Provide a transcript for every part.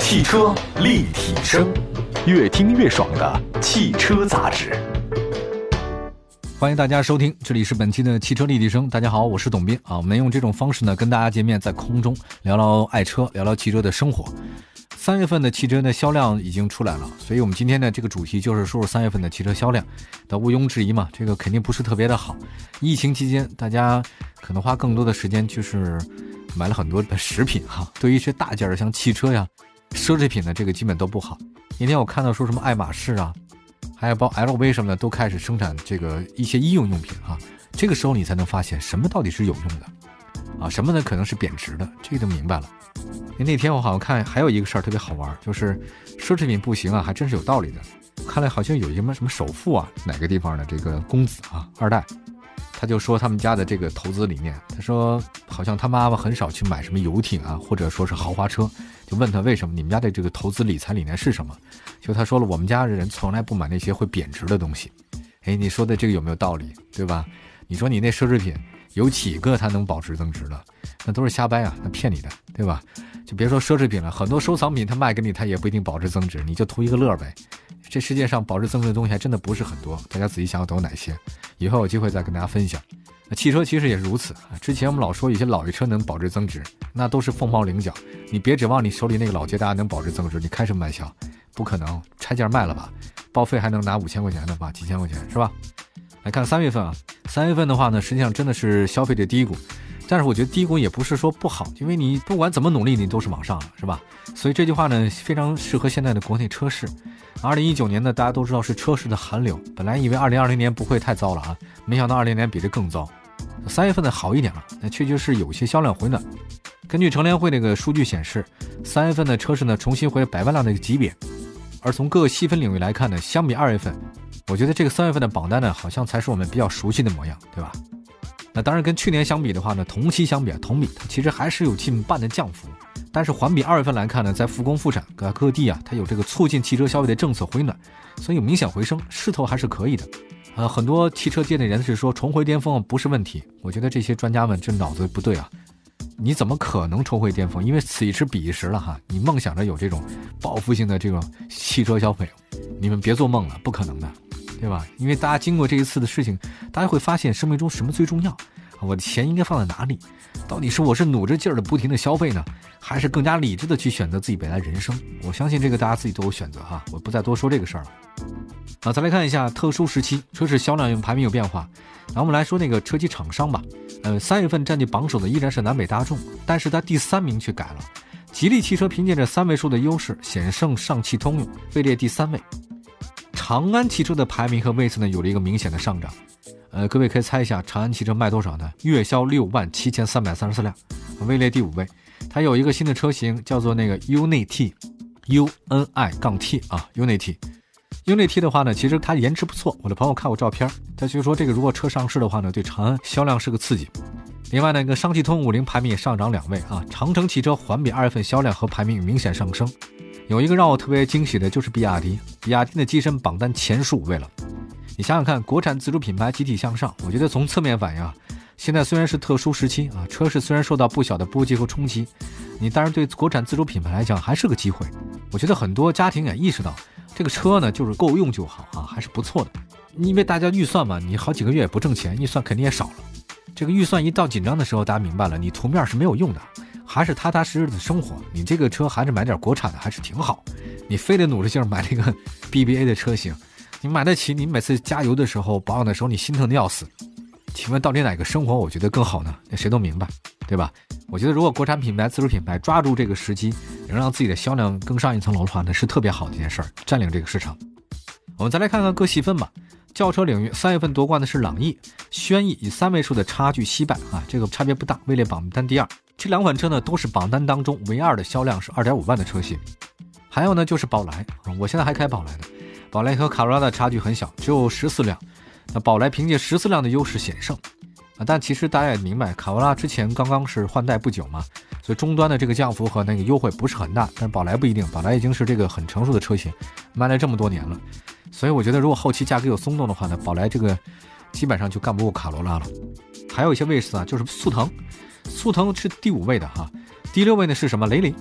汽车立体声，越听越爽的汽车杂志。 欢迎大家收听，这里是本期的汽车立体声。大家好，我是董斌啊。我们用这种方式呢，跟大家见面，在空中聊聊爱车，聊聊汽车的生活。3月份的汽车的销量已经出来了，所以我们今天的这个主题就是说说3月份的汽车销量。但毋庸置疑嘛，这个肯定不是特别的好。疫情期间，大家可能花更多的时间就是买了很多的食品哈。对于一些大件的像汽车呀、奢侈品呢，这个基本都不好。那天我看到说什么爱马仕啊，还有包 LV 什么的都开始生产这个一些医用用品哈。这个时候你才能发现什么到底是有用的啊，什么呢可能是贬值的，这个就明白了。那天我好像看还有一个事儿特别好玩，就是奢侈品不行啊，还真是有道理的。看来好像有什么首富啊，哪个地方的这个公子啊，二代，他就说他们家的这个投资理念，他说好像他妈妈很少去买什么游艇啊，或者说是豪华车，就问他为什么你们家的这个投资理财理念是什么，就他说了，我们家人从来不买那些会贬值的东西。你说的这个有没有道理，对吧？你说你那奢侈品有几个它能保值增值的，那都是瞎掰啊，那骗你的，对吧？就别说奢侈品了，很多收藏品它卖给你，它也不一定保值增值，你就图一个乐呗。这世界上保值增值的东西还真的不是很多，大家仔细想想都有哪些，以后有机会再跟大家分享。那汽车其实也是如此，之前我们老说有些老爷车能保值增值，那都是凤毛麟角，你别指望你手里那个老捷达能保值增值，你开什么玩笑？不可能，拆件卖了吧，报废还能拿5000块钱的吧，几千块钱是吧？来看3月份啊，3月份的话呢，实际上真的是消费者低谷，但是我觉得低谷也不是说不好，因为你不管怎么努力，你都是往上了，是吧？所以这句话呢，非常适合现在的国内车市。2019年呢，大家都知道是车市的寒流，本来以为2020年不会太糟了啊，没想到2020年比这更糟。3月份呢好一点了，那确实是有些销量回暖。根据乘联会这个数据显示，3月份的车市呢重新回100万辆的一个级别。而从各个细分领域来看呢，相比2月份，我觉得这个3月份的榜单呢，好像才是我们比较熟悉的模样，对吧？那当然跟去年相比的话呢，同期相比同比，它其实还是有近半的降幅。但是环比2月份来看呢，在复工复产各地啊，它有这个促进汽车消费的政策回暖，所以有明显回升，势头还是可以的。很多汽车界的人士说重回巅峰不是问题，我觉得这些专家们真脑子不对啊。你怎么可能重回巅峰？因为此一时彼一时了哈。你梦想着有这种报复性的这种汽车消费，你们别做梦了，不可能的，对吧？因为大家经过这一次的事情，大家会发现生命中什么最重要，我的钱应该放在哪里？到底是我是努着劲儿的不停的消费呢，还是更加理智的去选择自己未来人生？我相信这个大家自己都有选择哈，我不再多说这个事儿了。再来看一下特殊时期车市销量排名有变化。然后我们来说那个车企厂商吧。3月份占据榜首的依然是南北大众，但是它第3名却改了。吉利汽车凭借着3位数的优势险胜上汽通用，位列第3位。长安汽车的排名和位次呢有了一个明显的上涨。各位可以猜一下长安汽车卖多少呢？月销67334辆，位列第5位。它有一个新的车型叫做那个 UNI-T UNI-T 啊 UNI-T 的话呢，其实它颜值不错，我的朋友看过照片，他就说这个如果车上市的话呢，对长安销量是个刺激。另外呢，一个上汽通用50排名也上涨2位啊。长城汽车环比2月份销量和排名明显上升。有一个让我特别惊喜的就是比亚迪的跻身榜单前15位了。你想想看，国产自主品牌集体向上，我觉得从侧面反映啊，现在虽然是特殊时期啊，车市虽然受到不小的波及和冲击，你当然对国产自主品牌来讲还是个机会。我觉得很多家庭也意识到这个车呢就是够用就好啊，还是不错的。因为大家预算嘛，你好几个月也不挣钱，预算肯定也少了。这个预算一到紧张的时候，大家明白了，你图面是没有用的，还是踏踏实实的生活。你这个车还是买点国产的还是挺好，你非得努着劲儿买那个 BBA 的车型，你买得起，你每次加油的时候保养的时候你心疼的要死。请问到底哪个生活我觉得更好呢？那谁都明白，对吧？我觉得如果国产品牌自主品牌抓住这个时机，能让自己的销量更上一层楼的话，那是特别好的一件事儿，占领这个市场。我们再来看看各细分吧。轿车领域3月份夺冠的是朗逸，轩逸以3位数的差距惜败啊，这个差别不大，位列榜单第2。这两款车呢都是榜单当中唯二的销量是 2.5 万的车型。还有呢就是宝来，我现在还开宝来的，宝来和卡罗拉的差距很小，只有14辆。那宝来凭借14辆的优势险胜但其实大家也明白，卡罗拉之前刚刚是换代不久嘛，所以终端的这个降幅和那个优惠不是很大。但是宝来不一定，宝来已经是这个很成熟的车型，卖了这么多年了，所以我觉得如果后期价格有松动的话呢，宝来这个基本上就干不过卡罗拉了。还有一些位次啊，就是速腾是第5位的哈，第6位呢是什么？雷凌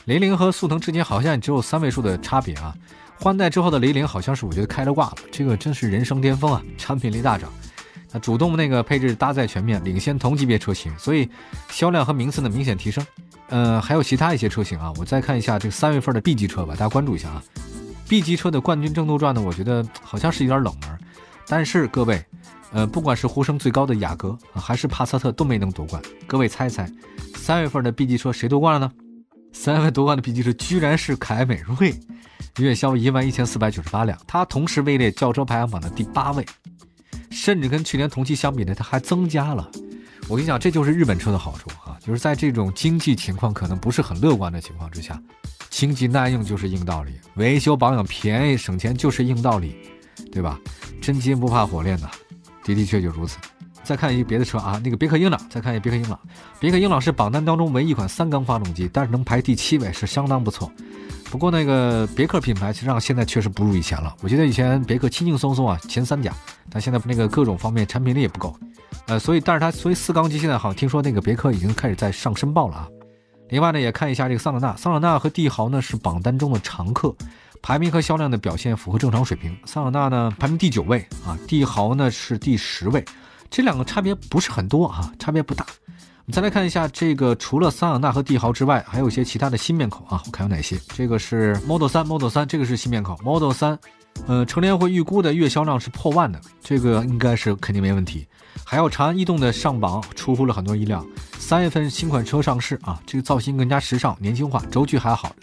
雷凌和速腾之间好像只有3位数的差别啊。换代之后的雷凌好像是我觉得开了挂了，这个真是人生巅峰啊，产品力大涨。那主动那个配置搭载全面，领先同级别车型，所以销量和名次的明显提升。还有其他一些车型啊，我再看一下这个3月份的 B 级车吧，大家关注一下啊。B 级车的冠军争夺战呢，我觉得好像是有点冷门，但是各位，不管是呼声最高的雅阁还是帕萨特都没能夺冠。各位猜一猜，3月份的 B 级车谁夺冠了呢？3月份夺冠的 B 级车居然是凯美瑞，月销11498辆，它同时位列轿车排行榜的第8位，甚至跟去年同期相比呢，它还增加了。我跟你讲，这就是日本车的好处啊，就是在这种经济情况可能不是很乐观的情况之下，经济耐用就是硬道理，维修保养便宜省钱就是硬道理，对吧？真金不怕火炼呐，的确就如此。再看一别的车啊，那个别克英朗，再看一别克英朗。别克英朗是榜单当中唯一一款3缸发动机，但是能排第7位是相当不错。不过那个别克品牌实际上现在确实不如以前了，我觉得以前别克轻轻松松啊前3甲，但现在那个各种方面产品力也不够，但是它所以4缸机现在好像听说那个别克已经开始在上申报了啊。另外呢也看一下这个桑塔纳和帝豪呢是榜单中的常客，排名和销量的表现符合正常水平。桑塔纳呢排名第9位啊，帝豪呢是第10位，这两个差别不是很多啊，差别不大。我们再来看一下这个，除了桑塔纳和帝豪之外，还有一些其他的新面孔啊，我看有哪些？这个是 Model 3，这个是新面孔 Model 3，乘联会预估的月销量是破万的，这个应该是肯定没问题。还有长安逸动的上榜，出乎了很多意料。3月份新款车上市啊，这个造型更加时尚年轻化，轴距还好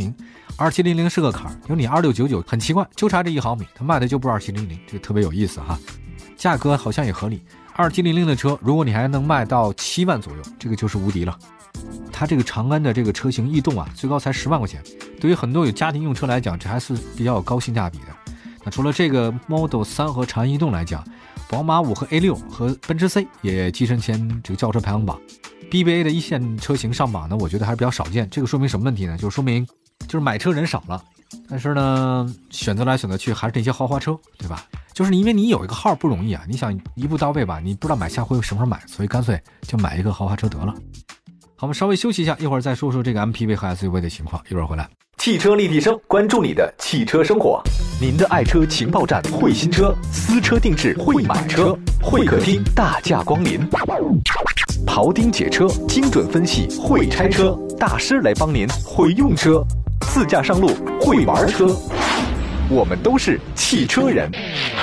，2700是个坎儿，有你2699，很奇怪，就差这1毫米，它卖的就不是2700，这个特别有意思哈。价格好像也合理，2700的车，如果你还能卖到7万左右，这个就是无敌了。它这个长安的这个车型逸动啊，最高才10万块钱，对于很多有家庭用车来讲，这还是比较有高性价比的。那除了这个 Model 3和长安逸动来讲，宝马5和 A6 和奔驰 C 也跻身前这个轿车排行榜。BBA 的一线车型上榜呢，我觉得还是比较少见。这个说明什么问题呢？就是说明就是买车人少了，但是呢，选择来选择去还是那些豪华车，对吧？就是因为你有一个号不容易啊，你想一步到位吧，你不知道买下回什么时候买，所以干脆就买一个豪华车得了。好，我们稍微休息一下，一会儿再说说这个 MPV 和 SUV 的情况，一会儿回来。 汽车立体声，关注你的汽车生活，您的爱车情报站，会新车，私车定制，会买车，会客厅大驾光临，庖丁解车，精准分析，会拆车，大师来帮您会用车，自驾上路会玩车，我们都是汽车人。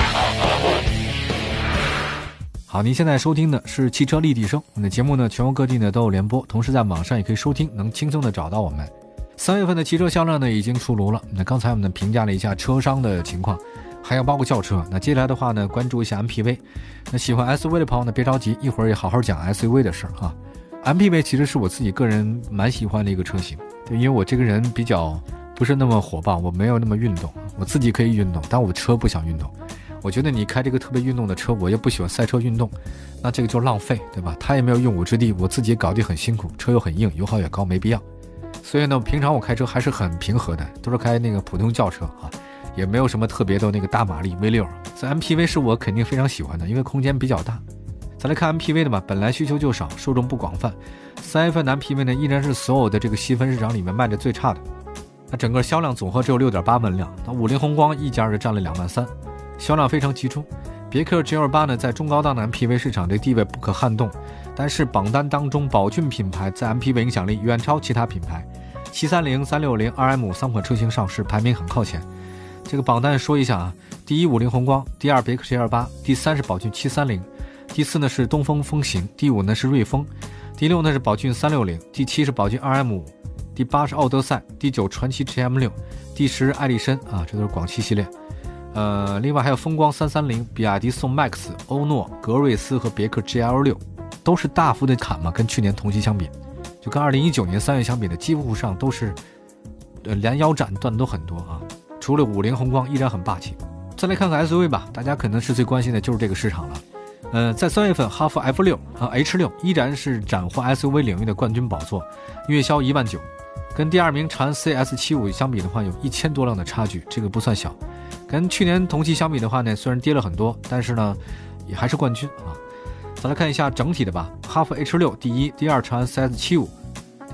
好，您现在收听的是汽车立体声，我们的节目呢全国各地呢都有联播，同时在网上也可以收听，能轻松的找到我们。3月份的汽车销量呢已经出炉了，那刚才我们评价了一下车商的情况，还有包括轿车。那接下来的话呢，关注一下 MPV。那喜欢 SUV 的朋友呢别着急，一会儿也好好讲 SUV 的事啊。MPV 其实是我自己个人蛮喜欢的一个车型，对，因为我这个人比较不是那么火爆，我没有那么运动，我自己可以运动，但我的车不想运动。我觉得你开这个特别运动的车，我又不喜欢赛车运动，那这个就浪费，对吧？它也没有用武之地，我自己搞得很辛苦，车又很硬，油耗也高，没必要。所以呢，平常我开车还是很平和的，都是开那个普通轿车啊，也没有什么特别的那个大马力 V6。所以 MPV 是我肯定非常喜欢的，因为空间比较大。再来看 MPV 的吧，本来需求就少，受众不广泛。3月份的 MPV 呢，依然是所有的这个细分市场里面卖的最差的。那整个销量总和只有 6.8 万辆，那50宏光一家就占了2万3，销量非常集中。别克 GL8 呢，在中高档的 MPV 市场的地位不可撼动，但是榜单当中宝骏品牌在 MPV 影响力远超其他品牌。730、360、2M 3款车型上市，排名很靠前。这个榜单说一下啊，第1 50宏光，第2别克 GL8，第3是宝骏730，第4呢是东风风行，第5呢是锐风，第6呢是宝骏360，第7是宝骏 2M5，第8是奥德赛，第9传祺 GM6，第10艾力绅啊，这都是广汽系列。另外还有风光330、比亚迪宋 MAX、欧诺、格瑞斯和别克 GL6，都是大幅的砍嘛，跟去年同期相比。就跟2019年3月相比的，几乎上都是连腰斩断都很多啊。除了50宏光依然很霸气。再来看看 SUV 吧，大家可能是最关心的就是这个市场了。在3月份，哈弗 F6 H6 依然是斩获 SUV 领域的冠军宝座，月销1万9，跟第2名长安 CS75 相比的话，有1000多辆的差距，这个不算小。跟去年同期相比的话呢，虽然跌了很多，但是呢，也还是冠军啊。再来看一下整体的吧，哈弗 H6 第1，第2长安 CS75，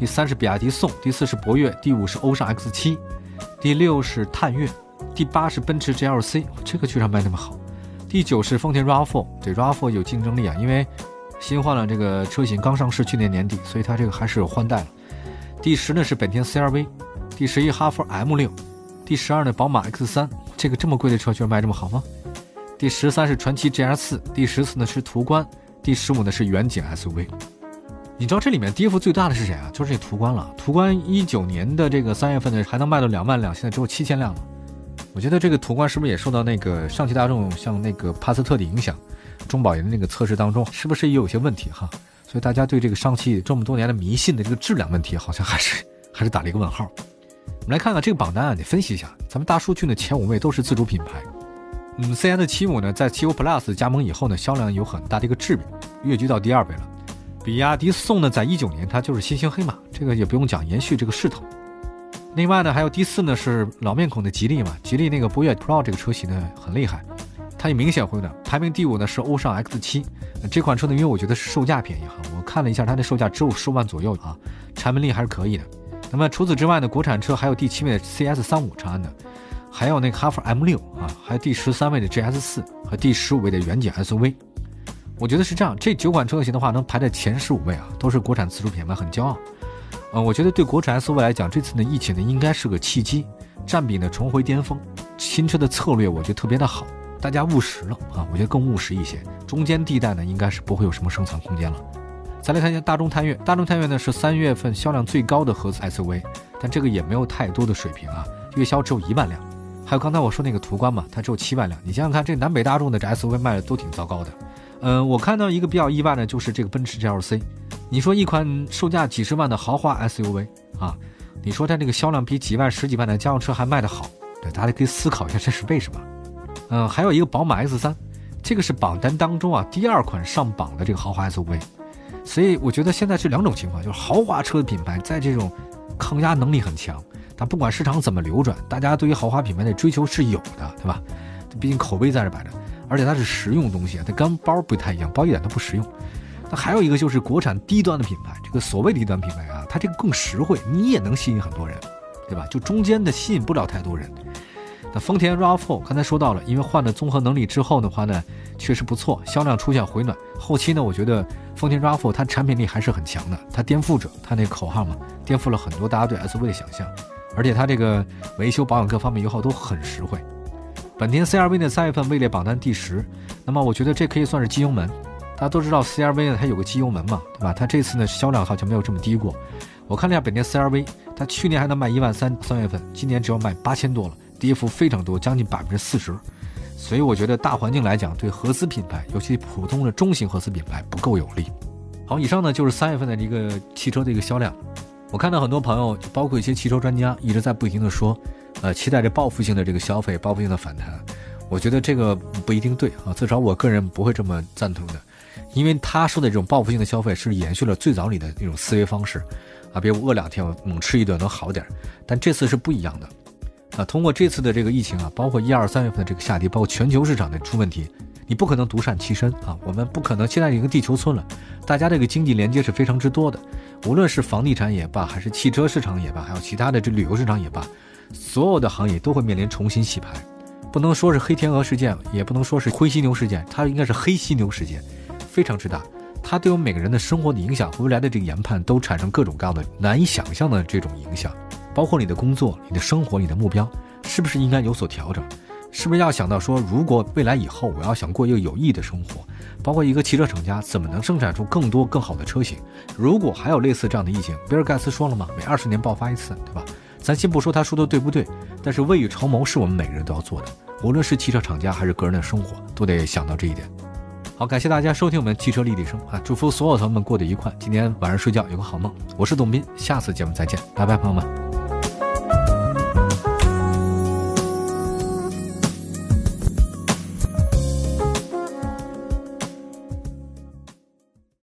第3是比亚迪宋，第4是博越，第5是欧尚 X7， 第6是探岳，第8是奔驰 GLC， 这个居然卖那么好。第9是丰田 RAV4， 对 RAV4 有竞争力啊，因为新换了这个车型刚上市，去年年底，所以它这个还是有换代了。第10呢是本田 CR-V， 第11哈弗 M6， 第12呢宝马 X3， 这个这么贵的车居然卖这么好吗？第13是传祺 GR4， 第14呢是途观，第15呢是远景 SUV。 你知道这里面跌幅最大的是谁啊？就是这途观了。途观19年的这个3月份呢还能卖到2万辆，现在只有7000辆了。我觉得这个途观是不是也受到那个上汽大众像那个帕萨特的影响，中保研的那个测试当中是不是也有些问题哈？所以大家对这个上汽这么多年的迷信的这个质量问题好像还是打了一个问号。我们来看看这个榜单啊，你分析一下，咱们大数据呢前5位都是自主品牌。CS75 呢在汽油 Plus 加盟以后呢销量有很大的一个质变，跃居到第2位了。比亚迪宋呢在19年它就是新兴黑马，这个也不用讲，延续这个势头。另外呢还有第4呢是老面孔的吉利嘛，吉利那个博越 Pro 这个车型呢很厉害，它也明显回暖。排名第5呢是欧尚 X7， 这款车呢因为我觉得是售价便宜哈，我看了一下它的售价只有10万左右啊，产品力还是可以的。那么除此之外呢，国产车还有第7位的 CS35 长安的，还有那个哈弗 M6 啊，还有第13位的 GS4 和第15位的远景 SUV。 我觉得是这样，这9款车型的话能排在前15位啊，都是国产自主品牌，很骄傲。我觉得对国产 SUV 来讲，这次呢疫情呢应该是个契机，占比呢重回巅峰，新车的策略我觉得特别的好，大家务实了啊，我觉得更务实一些，中间地带呢应该是不会有什么生产空间了。再来看一下大众探岳，大众探岳呢是3月份销量最高的合资 SUV， 但这个也没有太多的水平啊，月销只有1万辆。还有刚才我说那个途观嘛，它只有7万辆，你想想看，这南北大众的这 SUV 卖的都挺糟糕的。我看到一个比较意外的就是这个奔驰 GLC， 你说一款售价几十万的豪华 SUV 啊，你说它这个销量比几万10几万的家用车还卖得好，对，大家可以思考一下这是为什么。还有一个宝马 X3， 这个是榜单当中啊第2款上榜的这个豪华 SUV， 所以我觉得现在是2种情况，就是豪华车的品牌在这种抗压能力很强，但不管市场怎么流转，大家对于豪华品牌的追求是有的，对吧？毕竟口碑在这摆着，而且它是实用东西，它跟包不太一样，包一点都不实用。那还有一个就是国产低端的品牌，这个所谓低端品牌啊，它这个更实惠，你也能吸引很多人，对吧？就中间的吸引不了太多人。那丰田 RAV4 刚才说到了，因为换了综合能力之后的话呢，确实不错，销量出现回暖。后期呢，我觉得丰田 RAV4 它产品力还是很强的，它颠覆者，它那个口号嘛，颠覆了很多大家对 SUV 的想象，而且它这个维修保养各方面油耗都很实惠。本田 CR-V 的3月份位列榜单第10，那么我觉得这可以算是机油门。大家都知道 CR-V 呢它有个机油门嘛，对吧？它这次呢销量好像没有这么低过。我看了一下本田 CR-V， 它去年还能卖1万3， 3月份今年只要卖8000多了，跌幅非常多，将近40%。所以我觉得大环境来讲，对合资品牌，尤其普通的中型合资品牌不够有利。好，以上呢就是3月份的这个汽车的一个销量。我看到很多朋友，包括一些汽车专家，一直在不停的说，期待着报复性的这个消费，报复性的反弹。我觉得这个不一定对啊，至少我个人不会这么赞同的，因为他说的这种报复性的消费是延续了最早里的那种思维方式啊，比如饿2天我猛吃一顿能好点，但这次是不一样的啊。通过这次的这个疫情啊，包括1、2、3月份的这个下跌，包括全球市场的出问题，你不可能独善其身啊，我们不可能现在一个地球村了，大家这个经济连接是非常之多的，无论是房地产也罢，还是汽车市场也罢，还有其他的这旅游市场也罢，所有的行业都会面临重新洗牌，不能说是黑天鹅事件，也不能说是灰犀牛事件，它应该是黑犀牛事件，非常之大，它对我们每个人的生活的影响，未来的这个研判都产生各种各样的难以想象的这种影响，包括你的工作、你的生活、你的目标，是不是应该有所调整？是不是要想到说，如果未来以后我要想过一个有意义的生活，包括一个汽车厂家怎么能生产出更多更好的车型？如果还有类似这样的疫情，比尔盖茨说了嘛，每20年爆发一次，对吧？咱先不说他说的对不对，但是未雨绸缪是我们每个人都要做的，无论是汽车厂家还是个人的生活，都得想到这一点。好，感谢大家收听我们汽车立体声啊！祝福所有朋友们过得愉快，今天晚上睡觉有个好梦。我是董斌，下次节目再见，拜拜，朋友们。